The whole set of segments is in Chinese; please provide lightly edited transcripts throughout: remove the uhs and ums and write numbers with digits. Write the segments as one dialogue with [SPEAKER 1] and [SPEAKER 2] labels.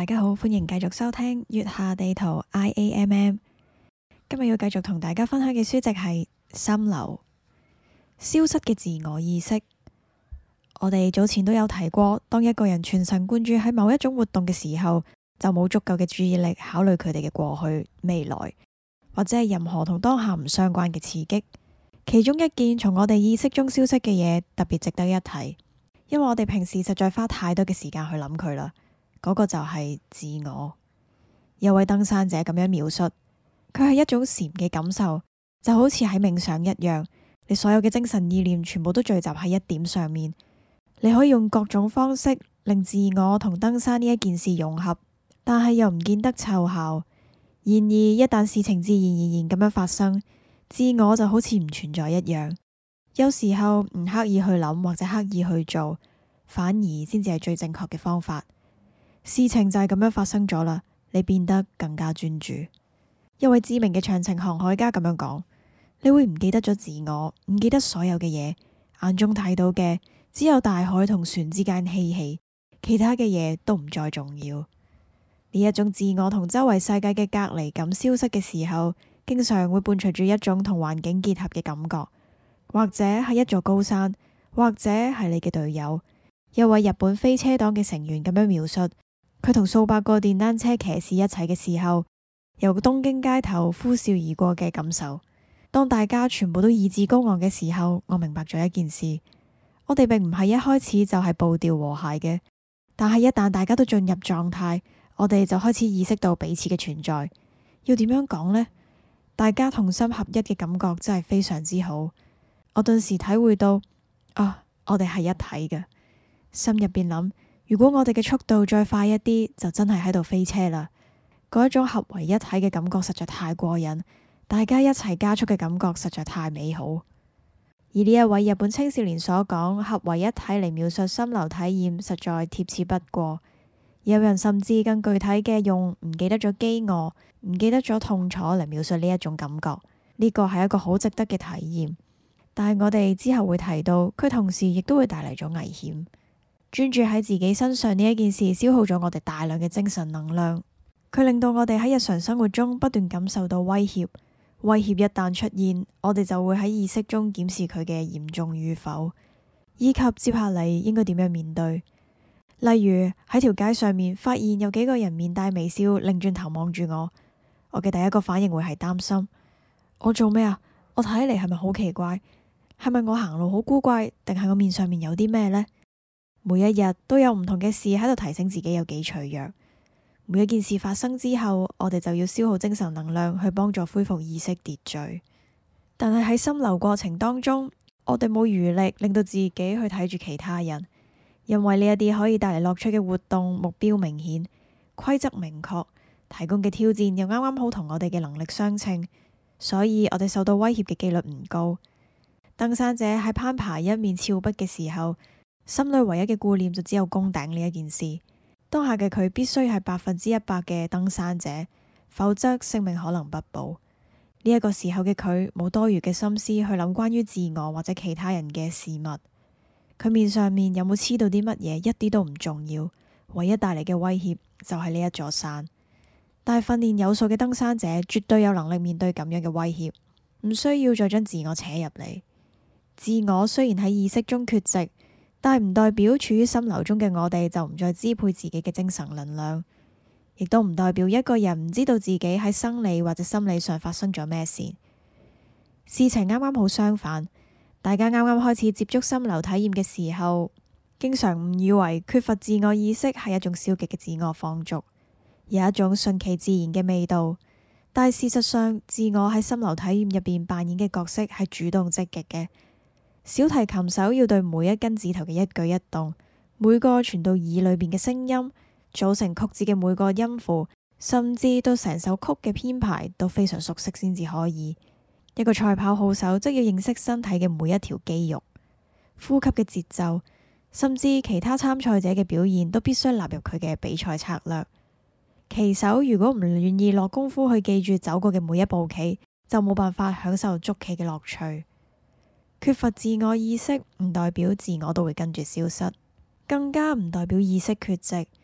[SPEAKER 1] 大家好，歡迎繼續收聽月下地圖 IAMM。今日要繼續同大家分享嘅書籍係《心流：消失嘅自我意識》。我哋早前都有提過，當一個人全神貫注喺某一種活動嘅時候，就冇足夠嘅注意力考慮佢哋嘅過去、未來，或者係任何同當下唔相關嘅刺激。其中一件從我哋意識中消失嘅嘢，特別值得一提，因為我哋平時實在花太多嘅時間去諗佢啦。嗰個就係自我。有位登山者咁樣描述，佢係一種禪嘅感受，就好似喺冥想一樣，你所有嘅精神意念全部都聚集喺一點上面。你可以用各種方式令自我同登山呢一件事融合，但係又唔見得湊效。然而一旦事情自然而然咁樣發生，自我就好似唔存在一樣。有時候唔刻意去諗或者刻意去做，反而先至係最正確嘅方法。事情就係咁樣發生咗啦，你變得更加專注。一位知名嘅長程航海家咁樣講，你會唔記得咗自我，唔記得所有嘅嘢，眼中睇到嘅只有大海同船之間嬉戲，其他嘅嘢都唔再重要。呢一種自我同周圍世界嘅隔離感消失嘅時候，經常會伴隨住一種同環境結合嘅感覺，或者係一座高山，或者係你嘅隊友。一位日本飛車黨嘅成員咁樣描述，佢同數百個電單車騎士一齊嘅時候，由東京街頭呼嘯而過嘅感受。當大家全部都意志高昂嘅時候，我明白咗一件事：我哋並唔係一開始就係步調和諧嘅，但係一旦大家都進入狀態，我哋就開始意識到彼此嘅存在。要點樣講呢？大家同心合一嘅感覺真係非常之好。我頓時體會到，我哋係一體嘅。心入邊諗，如果我哋嘅速度再快一啲，就真係喺度飛車啦。嗰一種合為一體嘅感覺實在太過癮，大家一齊加速嘅感覺實在太美好。而呢一位日本青少年所講合為一體嚟描述心流體驗，實在貼切不過。有人甚至更具體嘅用唔記得咗飢餓、唔記得咗痛楚嚟描述呢一種感覺。呢個係一個好值得嘅體驗，但係我哋之後會提到，佢同時亦都會帶嚟咗危險。專注喺自己身上呢一件事，消耗咗我哋大量嘅精神能量。佢令到我哋喺日常生活中不斷感受到威脅。威脅一旦出現，我哋就會喺意識中檢視佢嘅嚴重與否，以及接下嚟應該點樣面對。例如喺條街上面發現有幾個人面帶微笑，擰轉頭望住我嘅第一個反應會係擔心：我做咩啊？我睇嚟係咪好奇怪？係咪我行路好古怪？定係我面上面有啲咩呢？每一日都有唔同嘅事喺度提醒自己有幾脆弱。每一件事發生之後，我哋就要消耗精神能量去幫助恢復意識秩序。但係喺心流過程當中，我哋冇餘力令到自己去睇住其他人，因為呢一啲可以帶嚟樂趣嘅活動目標明顯、規則明確，提供嘅挑戰又啱啱好同我哋嘅能力相稱，所以我哋受到威脅嘅幾率唔高。登山者喺攀爬一面峭壁嘅時候，心裏唯一嘅顧念就只有攻頂呢一件事。當下嘅佢必須係100%嘅登山者，否則性命可能不保。呢一個時候嘅佢冇多餘嘅心思去諗關於自我或者其他人嘅事物。佢面上面有冇黐到啲乜嘢，一啲都唔重要。唯一帶嚟嘅威脅就係呢一座山。但係訓練有素嘅登山者絕對有能力面對咁樣嘅威脅，唔需要再將自我扯入嚟。自我雖然喺意識中缺席，但係唔代表處於心流中嘅我哋就唔再支配自己嘅精神能量，亦都唔代表一個人唔知道自己喺生理或者心理上發生咗咩事。事情啱啱好相反，大家啱啱開始接觸心流體驗嘅時候，經常誤以為缺乏自我意識係一種消極嘅自我放逐，有一種順其自然嘅味道。但係事實上，自我喺心流體驗入邊扮演嘅角色係主動積極嘅。小提琴手要對每一根指頭嘅一舉一動，每個傳到耳裏邊嘅聲音，組成曲子嘅每個音符，甚至到成首曲嘅編排都非常熟悉先至可以。一個賽跑好手則要認識身體嘅每一條肌肉、呼吸嘅節奏，甚至其他參賽者嘅表現都必須納入佢嘅比賽策略。棋手如果唔願意落功夫去記住走過嘅每一步棋，就冇辦法享受捉棋嘅樂趣。缺乏自我意識唔代表自我都會跟住消失，更加唔代表意識缺席。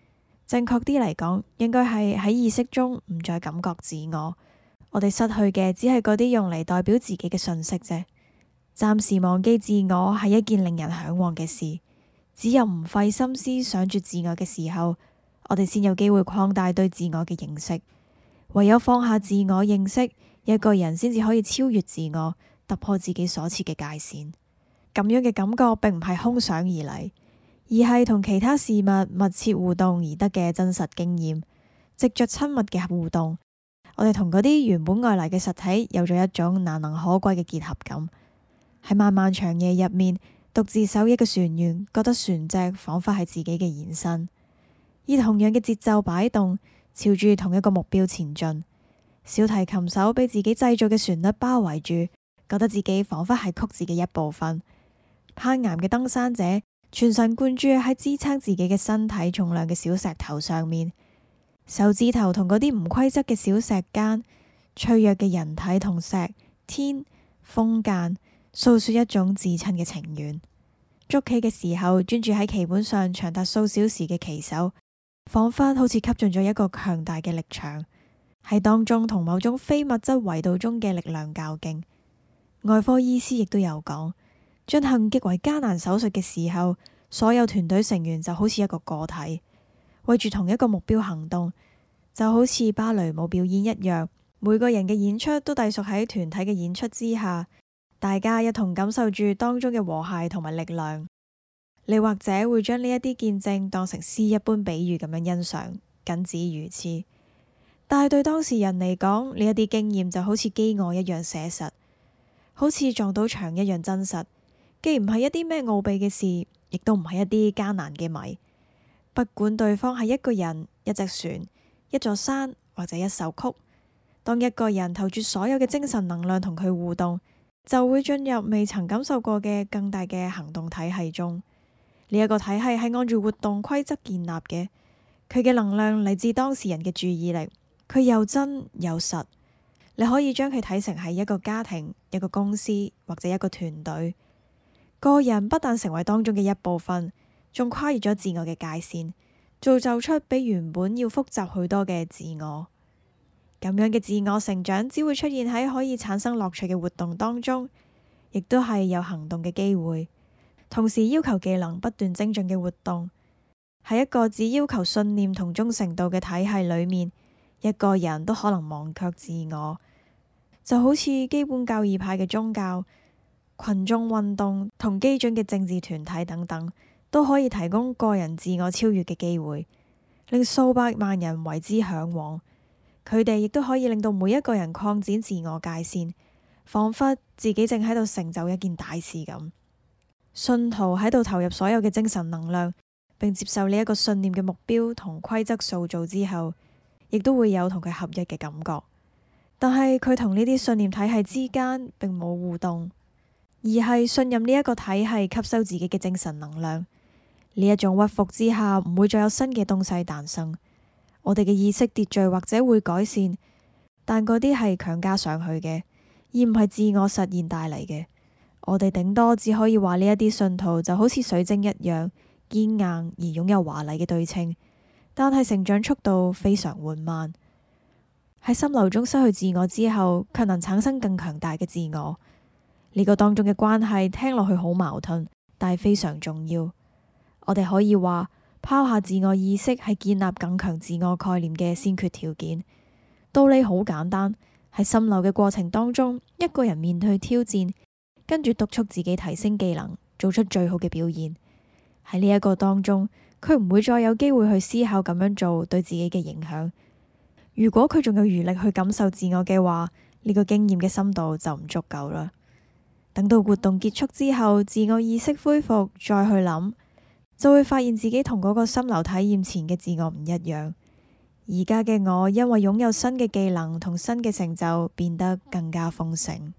[SPEAKER 1] 正確啲嚟講，應該係喺意識中唔再感覺自我。我哋失去嘅只係嗰啲用嚟代表自己嘅信息啫。暫時忘記自我係一件令人向往嘅事。只有唔費心思想住自我嘅時候，我哋先有機會擴大對自我嘅認識。唯有放下自我認識，一個人先至可以超越自我，突破自己所設嘅界線。咁樣嘅感覺並唔係空想而嚟，而係同其他事物密切互動而得嘅真實經驗。藉着親密嘅互動，我哋同嗰啲原本外嚟嘅實體有咗一種難能可貴嘅結合感。喺漫漫長夜入面，獨自守一個船員，覺得船隻仿佛係自己嘅延伸，以同樣嘅節奏擺動，朝住同一個目標前進。小提琴手被自己製造嘅旋律包圍住，覺得自己仿佛係曲子嘅一部分。攀岩嘅登山者全神貫注喺支撐自己嘅身體重量嘅小石頭上面，手指頭同嗰啲唔規則嘅小石間，脆弱嘅人體同石、天、風間，訴說一種至親嘅情緣。捉棋嘅時候，專注喺棋盤上長達數小時嘅棋手，仿佛好似吸進咗一個強大嘅力場，喺當中同某種非物質維度中嘅力量較勁。外科醫師亦都有講，進行極為艱難手術嘅時候，所有團隊成員就好似一個個體，為住同一個目標行動，就好似芭蕾舞表演一樣。每個人嘅演出都隸屬喺團體嘅演出之下，大家一同感受住當中嘅和諧同埋力量。你或者會將呢一啲見證當成詩一般比喻咁樣欣賞，僅止如此。但係對當事人嚟講，呢一啲經驗就好似飢餓一樣寫實，好似撞到牆一樣真實。既唔係一啲咩奧秘嘅事，亦都唔係一啲艱難嘅謎。不管對方係一個人、一隻船、一座山或者一首曲，當一個人投注所有嘅精神能量同佢互動，就會進入未曾感受過嘅更大嘅行動體系中。呢一個體系係按住活動規則建立嘅，佢嘅能量嚟自當事人嘅注意力，佢又真又實。你可以將佢睇成係一個家庭、一個公司或者一個團隊。個人不但成為當中嘅一部分，仲跨越咗自我嘅界線，造就出比原本要複雜許多嘅自我。咁樣嘅自我成長只會出現喺可以產生樂趣嘅活動當中，亦都係有行動嘅機會，同時要求技能不斷精進嘅活動。喺一個只要求信念同忠誠度嘅體系裏面，一個人都可能忘卻自我，就好似基本教義派嘅宗教、群眾運動同基準嘅政治團體等等，都可以提供個人自我超越嘅機會，令數百萬人為之向往。佢哋亦都可以令到每一個人擴展自我界線，仿佛自己正喺度成就一件大事咁。信徒喺度投入所有嘅精神能量，並接受呢一個信念嘅目標同規則塑造之後，亦都會有同佢合一嘅感覺。但係佢同呢啲信念體系之間並冇互動，而係信任呢一個體系吸收自己嘅精神能量。呢一種屈服之下，唔會再有新嘅東西誕生。我哋嘅意識秩序或者會改善，但嗰啲係強加上去嘅，而唔係自我實現帶嚟嘅。我哋頂多只可以話呢一啲信徒就好似水晶一樣堅硬而擁有華麗嘅對稱，但係成長速度非常緩慢。喺心流中失去自我之後，卻能產生更強大嘅自我。呢個當中嘅關係聽落去好矛盾，但係非常重要。我哋可以話，拋下自我意識係建立更強自我概念嘅先決條件。道理好簡單，喺心流嘅過程當中，一個人面對挑戰，跟住督促自己提升技能，做出最好嘅表現。喺呢一個當中，佢唔會再有機會去思考咁樣做對自己嘅影響。如果佢仲有餘力去感受自我嘅話，呢個經驗嘅深度就唔足夠啦。等到活動結束之後，自我意識恢復，再去諗，就會發現自己同嗰個心流體驗前嘅自我唔一樣。而家嘅我因為擁有新嘅技能同新嘅成就，變得更加豐盛。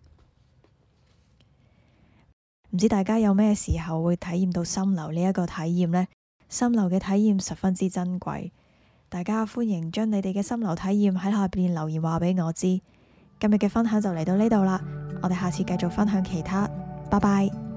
[SPEAKER 1] 唔知大家有咩時候會體驗到心流呢一個體驗呢？心流嘅體驗十分之珍貴，大家歡迎將你哋嘅心流體驗喺下邊留言話俾我知。今日嘅分享就嚟到呢度啦，我哋下次繼續分享其他，拜拜。